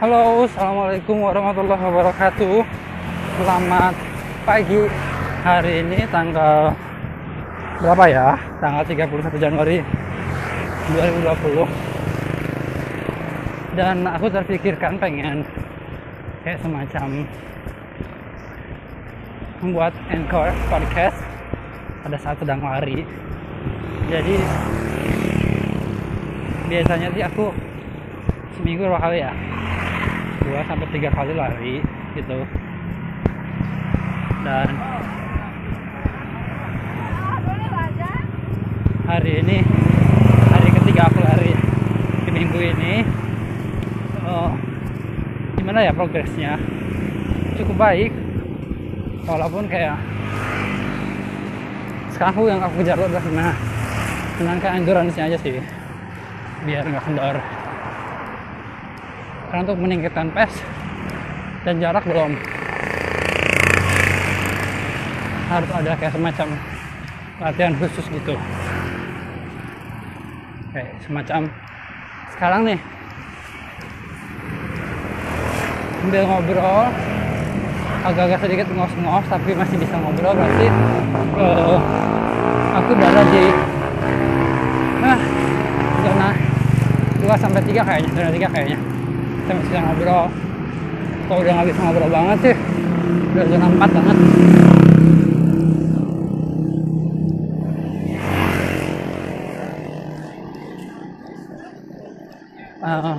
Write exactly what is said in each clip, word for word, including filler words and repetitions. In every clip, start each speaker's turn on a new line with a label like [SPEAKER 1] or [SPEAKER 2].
[SPEAKER 1] Halo, assalamualaikum warahmatullahi wabarakatuh. Selamat pagi. Hari ini tanggal berapa ya? Tanggal tiga puluh satu Januari dua ribu dua puluh. Dan aku terpikirkan pengen kayak semacam membuat Anchor podcast pada saat sedang lari. Jadi biasanya sih aku seminggu dua kali ya, dua sampai tiga kali lari gitu. Dan hari ini hari ketiga aku lari di minggu ini. Oh, gimana ya progresnya? Cukup baik, walaupun kayak sekarang aku yang aku kejar adalah gimana menangkan endurance-nya aja sih, biar nggak kendor. Karena untuk meningkatkan pace dan jarak belum, harus ada kayak semacam latihan khusus gitu. Kayak semacam sekarang nih sambil ngobrol, agak-agak sedikit ngos-ngos tapi masih bisa ngobrol, berarti uh, aku berada di nah, zona dua sampai tiga kayaknya, zona tiga kayaknya. Saya masih bisa ngobrol. Kalau udah nggak bisa ngobrol banget sih, udah zona empat banget. Uh,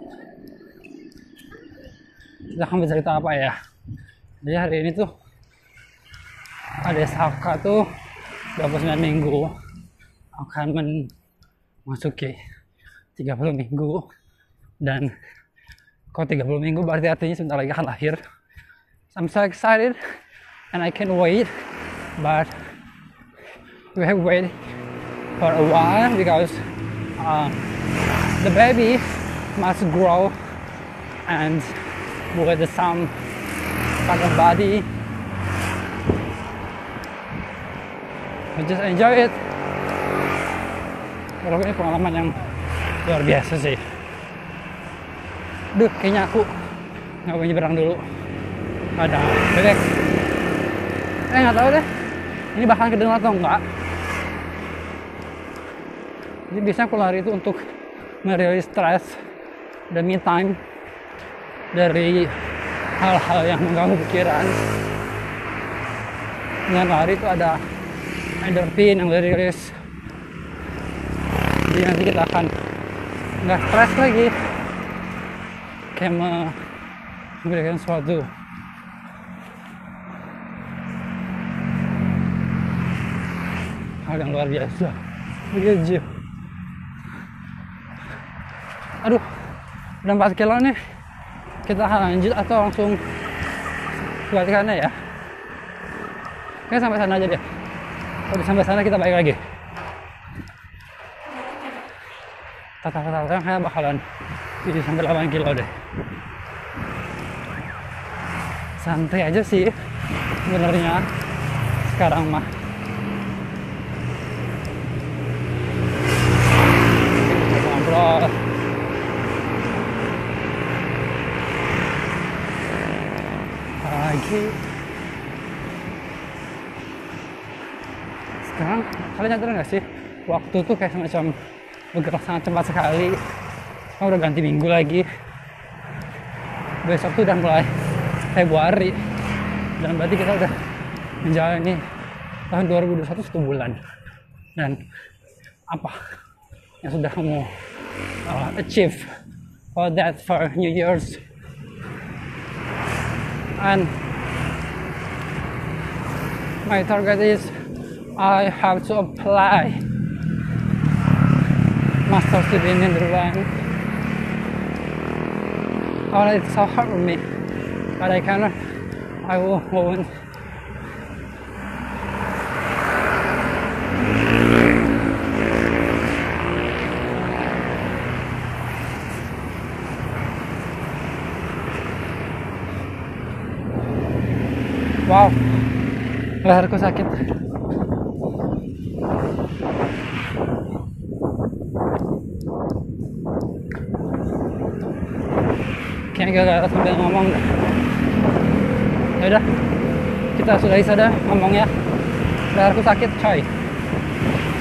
[SPEAKER 1] kita akan bercerita apa ya? Jadi hari ini tuh ada Saka tuh dua puluh sembilan minggu akan memasuki tiga puluh minggu, dan kalau tiga puluh minggu berarti artinya sebentar lagi akan lahir. I'm so excited and I can't wait, but we have waited for a while because uh, the baby must grow and with some kind of body. I just enjoy it. Kalau ini pengalaman yang luar biasa sih. Duh, kayaknya aku nggak mau nyeberang dulu. Ada bebek. Eh nggak tahu deh. Ini bahkan kedengar atau enggak. Jadi biasanya aku lari itu untuk merilis stres dan me time dari hal-hal yang mengganggu pikiran. Dengan lari itu ada endorfin yang dirilis, jadi nanti kita akan nggak stres lagi, kayak memberikan suatu hal yang luar biasa. Begitu. Aduh, udah empat kilo nih. Kita lanjut atau langsung kebalikannya ya? Kayak sampai sana aja deh. Kalau sampai sana kita balik lagi. Tata-tata kayak bakalan tujuh sampai delapan kilo deh. Santai aja sih sebenarnya sekarang mah. Ngobrol. Lagi. Sekarang kalian nyadar nggak sih, waktu tuh kayak semacam bergerak sangat cepat sekali. Sekarang udah ganti minggu lagi, besok tuh udah mulai Februari, dan berarti kita udah menjalani tahun dua ribu dua puluh satu satu bulan. Dan apa yang sudah kamu uh, achieve for that for New Year's? And my target is I have to apply master study in Netherlands. Oh, it's so hard for me, but I cannot. I will won't. Wow, leherku sakit. kayaknya gak sambil ngomong dah. Ya udah, kita sudahi saja ngomongnya. Leherku sakit coy.